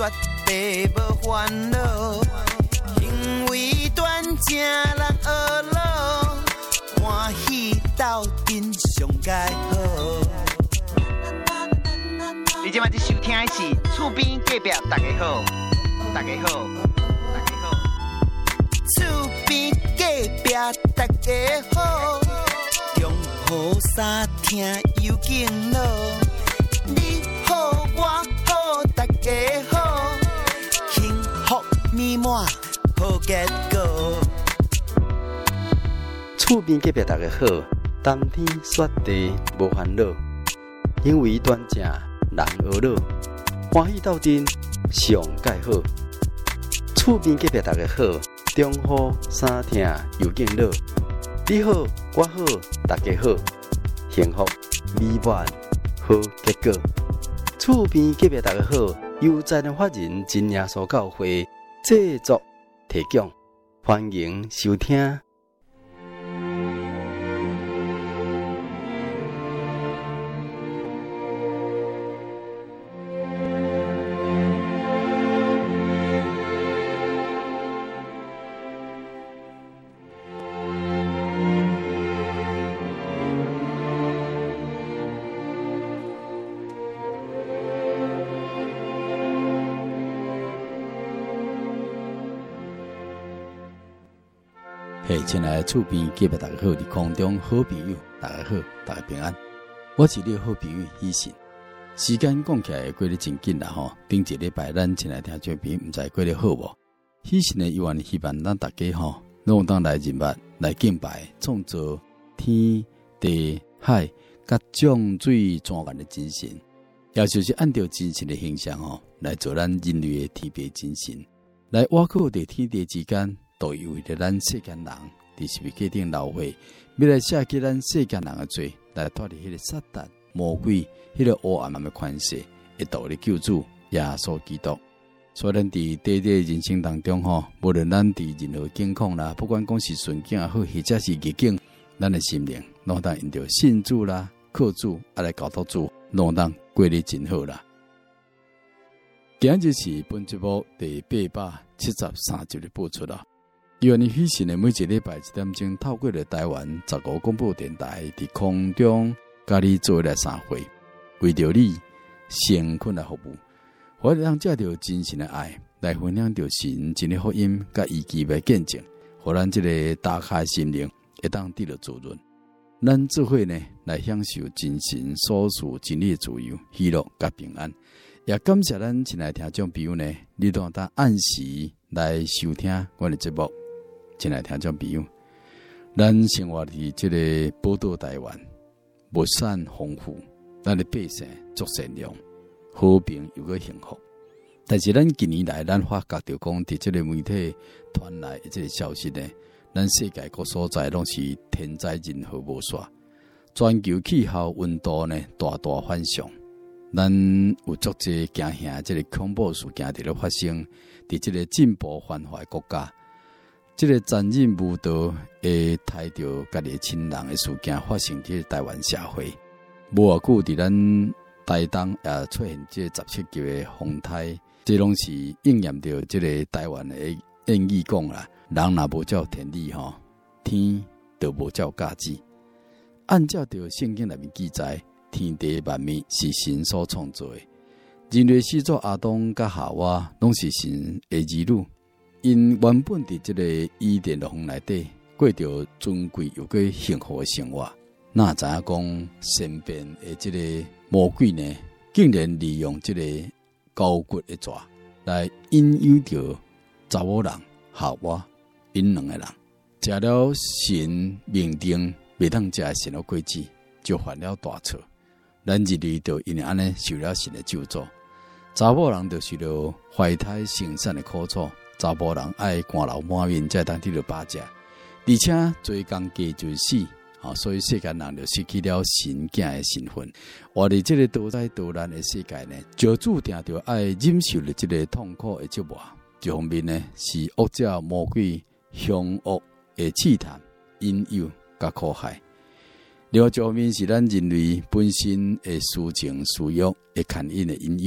绝地无烦恼，行为端正人学老，欢喜斗阵上该好。你即摆在收听的是厝边隔壁大家好，大家好，大家好，厝边隔壁大家好，中好三听有敬老，你好我好大家好，幸福美满好结果。 厝边隔壁大家好，冬天雪地无烦恼，行为端正人学老，欢喜斗阵上盖好。厝边隔壁大家好，中好三听又敬老，你好我好大家好，幸福美满好结果。厝边隔壁大家好，由在人法人真耶稣教会制作提供，欢迎收听。亲爱的厝边隔壁大家好，伫空中好朋友大家好，大家平安。我是你的好朋友喜信。时间讲起来过得真紧啦吼，顶一礼拜咱亲爱听众朋友唔知过得好无？喜信的愿希望咱大家吼，拢当来认捌来敬拜创造天地海甲江水泉源的真神，也就是按照真神的形象吼来做咱人类的天别真神，来挖靠在天地之间。都以为着咱世间人伫是非界定老会，要来写起咱世间人的罪，来脱离迄个撒旦魔鬼迄个黑暗的权势，会导的救主耶稣基督。所以咱伫短短人生当中吼，无论咱伫任何境况啦，不管讲是顺境也好，或者是逆境，咱的心灵拢当因着信主啦、靠主来教导主，拢当过得真好啦。今日是本节目第873集的播出啦。愿你喜信的每一礼拜1点钟，透过了台湾15广播电台伫空中，甲你做来3回，为着你诚恳来服务，我让借着真神的爱来分享着神真的福音，甲伊基的见证，互咱这个打开心灵，会当得到滋润。咱智慧呢，来享受真神所赐真理的自由、喜乐甲平安。也感谢咱亲爱听众朋友呢，你都当按时来收听我的节目。亲爱听众朋友，咱生活伫这个宝岛台湾，物产丰富，咱的百姓足善良、和平又个幸福。但是咱近年来，咱发觉到讲，伫这个媒体传来的这个消息呢，咱世界各所在拢是天灾人祸无煞，全球气候温度呢大大反常。咱有足济惊吓，这个恐怖事件伫咧发生，伫这个进步繁华的国家。这个残忍无道会害着家己亲人的事件发生伫台湾社会，无偌久伫咱台东也出现这17级的风台，这拢是应验着这个台湾的谚语讲啦：人若无照天理吼，天就无照价值。按照着圣经内面记载，天地万物是神所创造的，人类始祖亚当甲夏娃拢是神的儿女。因原本伫这个伊甸园内底过着尊贵又个幸福的生活，哪知影讲身边的这个魔鬼呢，竟然利用这个高骨的蛇来引诱着查某人夏娃因两个人，食了神命定袂当食神的果子，就犯了大错。咱人类就因安尼受了神的咒诅，查某人就受了怀胎生产的苦楚。查甫人爱汗流满面才当得到饱食，而且做工价就死，所以世间人就失去了神囝的身份。活伫这个多灾多难的世界呢，就注定着爱忍受了这个痛苦的折磨。一方面呢，是恶者魔鬼凶恶的试探、引诱甲苦害；另一方面是咱人类本身的私情私欲的牵引的引诱，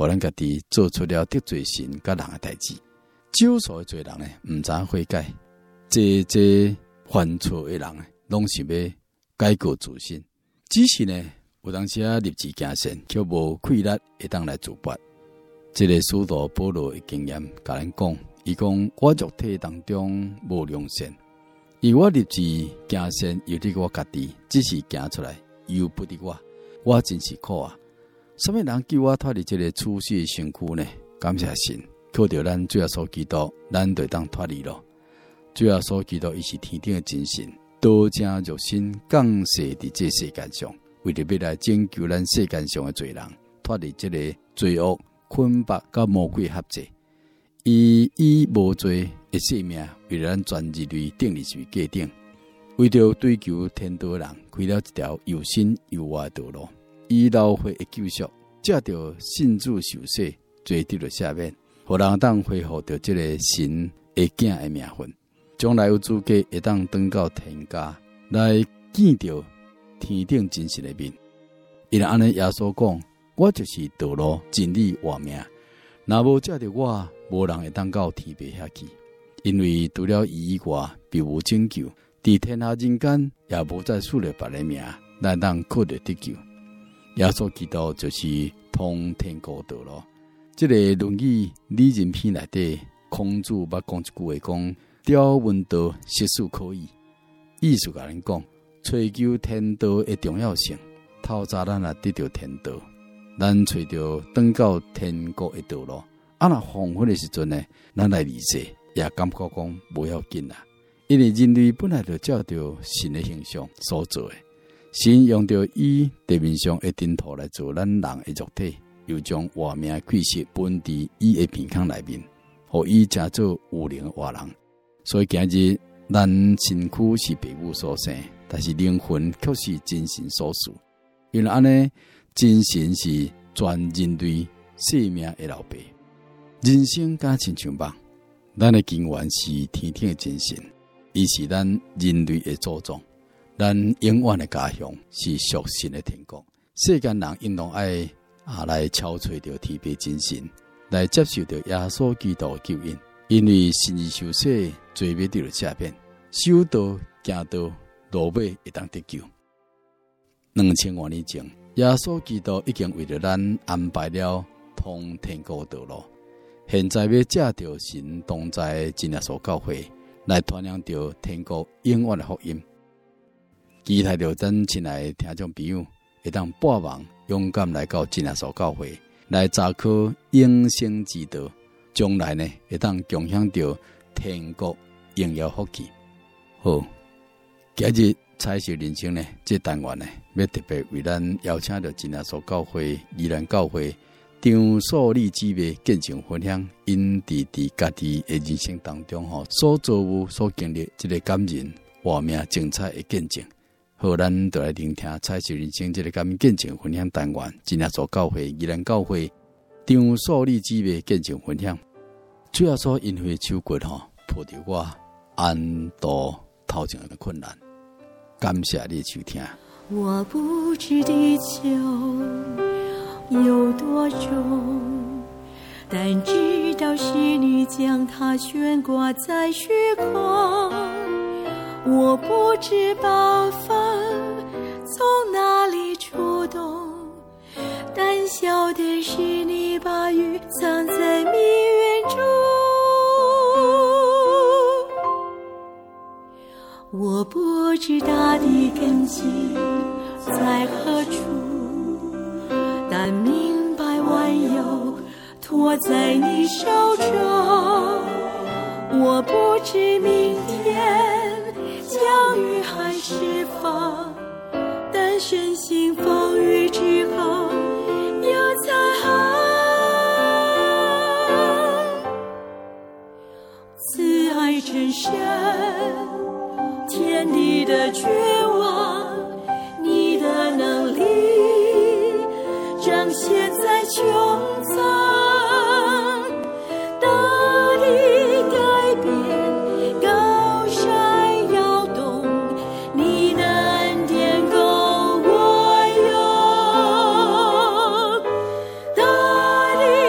互咱家己做出了得罪神甲人的代志。少数的罪人呢，毋知悔改，这犯错的人呢，拢是要改过自新。只是呢，有当时立志行善，却无气力会当来自拔。这个使徒保罗的经验，甲咱讲，伊讲我肉体当中无良善，而我立志行善由得我家己，只是行出来，由不得我真是苦啊！什么人叫我脱离这个处世的身躯呢？感谢神，靠着咱主耶稣基督，咱就当脱离了。主耶稣基督伊是天顶的真神，道成肉身降世伫这世间上，为了要来拯救咱世间上的罪人，脱离这个罪恶捆绑甲魔鬼合作。伊以无罪的性命，为了咱全人类定立为界定，为着追求天道的人，开了一条又新又活的道路。以老血的救赎，借着信主受洗，罪得了赦免，互人当恢复着这个神的囝的名分，将来有资格会当登到天家来见着天顶真实的面。因为安尼耶稣讲，我就是道路、真理、活命，若无借着我，无人会当到天边遐去。因为除了伊以外，别无拯救，伫天下人间也无再赐了别的名，来当靠着得救。耶稣基督就是通天国道路。这个论语里人篇内底，孔子捌讲一句话，讲朝闻道，夕死可矣。意思甲人讲，追求天道的重要性。透早咱也得到天道，咱找到登到天国的道路。若荒废的时阵呢，咱来理解，也感觉讲不要紧啦。因为人类本来就照着神的形象所做的。神用着以地面上的尘土来做咱人的肉体，又将活命的气息分伫伊的鼻孔内面，互伊成做有灵的活人。所以今日咱身躯是父母所生，但是灵魂却是真神所赐。因为安尼，真神是全人类生命的老爸。人生敢亲像梦，咱的根源是天顶的真神，伊是咱人类的祖宗。咱永远的家乡是属神的天国。世间人应当爱来超找着天父真神，来接受着耶稣基督的救恩。因为信而受洗，罪孽得了赦免，修道行道，路尾会当得救。2000多年前，耶稣基督已经为了咱安排了通天国道路。现在要借着神同在真耶稣教会，来传扬着天国永远的福音。期待着咱亲爱的听众朋友，会当半梦勇敢来到真耶稣教会，来查考永生之道，将来呢会当共享着天国荣耀福气。好，今日彩色人生呢，这单元呢，要特别为咱邀请到真耶稣教会、宜兰教会张素丽姊妹见证分享，因伫家己的人生当中所做有、所经历这个感人、活命精彩的见证。好，咱就来聆听彩色人生这个感恩见证分享单元，真耶稣教会、宜兰教会张素丽姊妹见证分享。主要说因为手骨抱着我安度头前的困难，感谢你收听。 我不知地球有多重，但知道是你将它悬挂在虚空。我不知暴风从哪里出动，但晓得是你把雨藏在密云中。我不知大地根基在何处，但明白万有托在你手中。我不知明天将雨还是风，但深信风雨之后有彩虹。慈爱真深，天地的绝望，你的能力彰显在穹苍。大地改变，高山摇动，你的恩典够我用。大地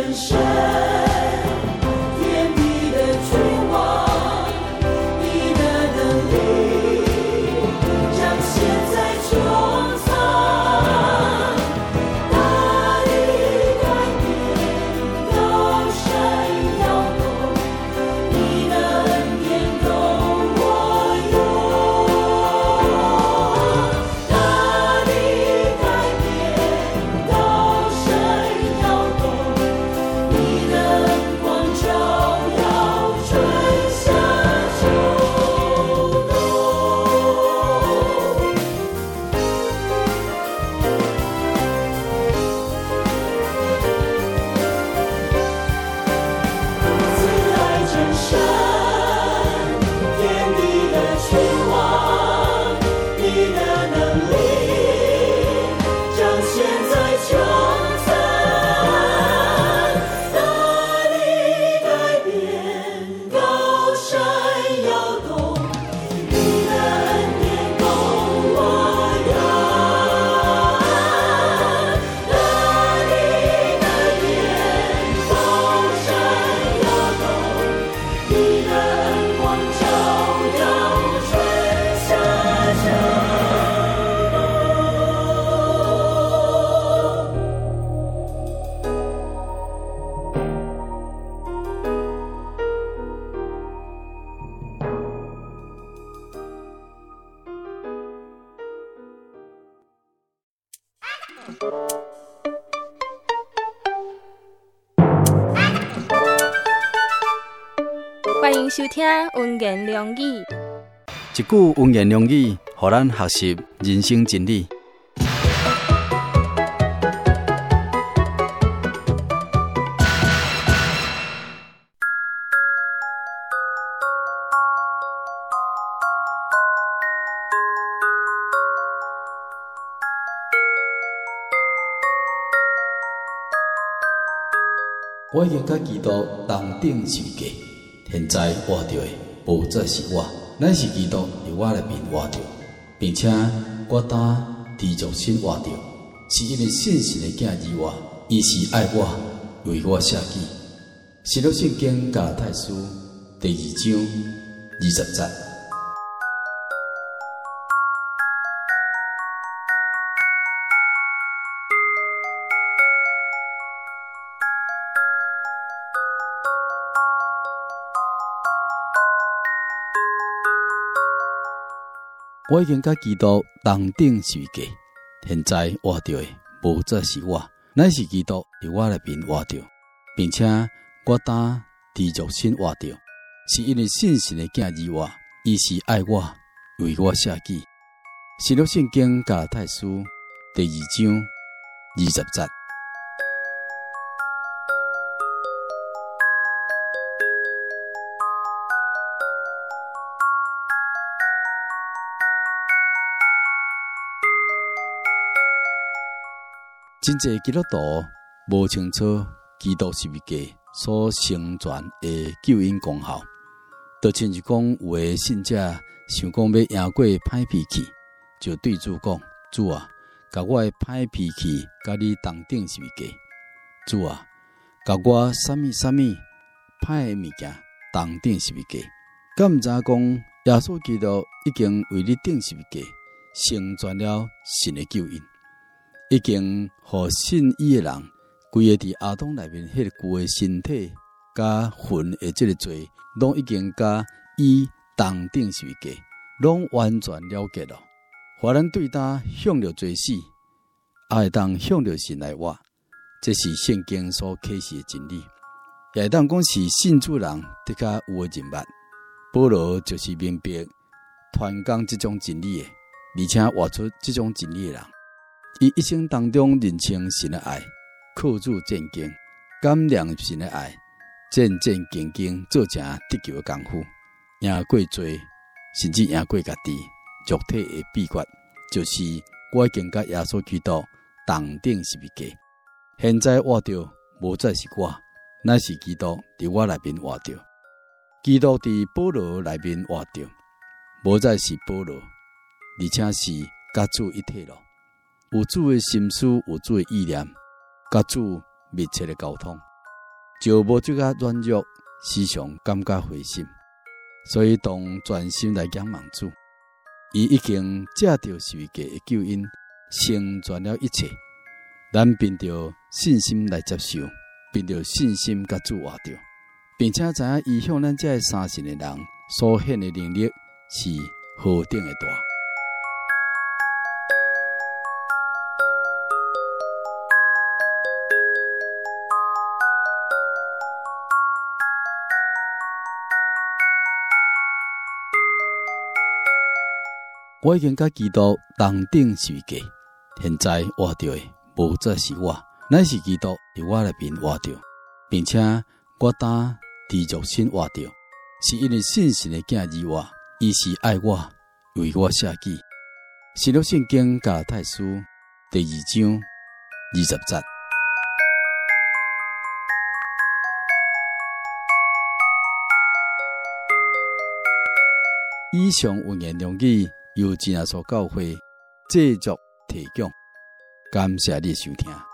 欢迎收听文言良语。 一句文言良语，互咱学习人生真理。我已经甲基督同等受价，现在活着的无再是我，乃是基督伫我内面活着，并且我担持续性活着，是因为信神的囝儿我，伊是爱我，为我舍己。新约圣经加拉太书第2章20节。我已经甲基督同等受价，现在活着的无再是我，乃是基督伫我内面活着，并且我担持续性活着，是因为信神的囝儿我，伊是爱我，为我舍己。新约圣经加拉太书第2章20节。真侪基督徒无清楚基督十字架所成全的救恩功效，就亲像讲有的信者想讲要赢过歹脾气，就对主讲：主啊，甲我的歹脾气甲你同等十字架；主啊，甲我啥物歹的物件同等十字架。敢毋知讲耶稣基督已经为你顶十字架，成全了神的救恩。已经互信伊的人，规个伫亚当内面迄个旧的身体甲魂的这个罪，拢已经甲伊同等十字架，拢完全了结了。互咱对他向着罪死，也会当向着神来活，这是圣经所启示的真理。也会当讲是信主人得较有的人物。保罗就是明白传讲这种真理的，而且活出这种真理的人。伊一生当中认清神的爱，靠主战经，感念神的爱，战战兢兢做成得救的功夫，赢过罪，甚至赢过家己。肉体的秘诀就是我已经甲耶稣基督同等十字架，现在活着无再是我，乃是基督伫我内面活着。基督伫保罗内面活着，无再是保罗，而且是甲主一体了。有主的心思，有主的意念，甲主密切的沟通。 就无这个软弱，时常感觉灰心，所以当专心来仰望主，伊已经借着十字架的救恩，成全了一切。咱凭着信心来接受，凭着信心甲主活着，并且知影伊向咱这相信的人所显的能力是何等的大。我已经甲基督同定十字架，现在活着的无再是我，乃是基督伫我内面活着，并且我当持续性活着，是因为信心的囝儿我，伊是爱我，为我舍己。新约圣经加拉太书第2章20节。以上文言良语由真耶稣教会制作提供，感谢你收听。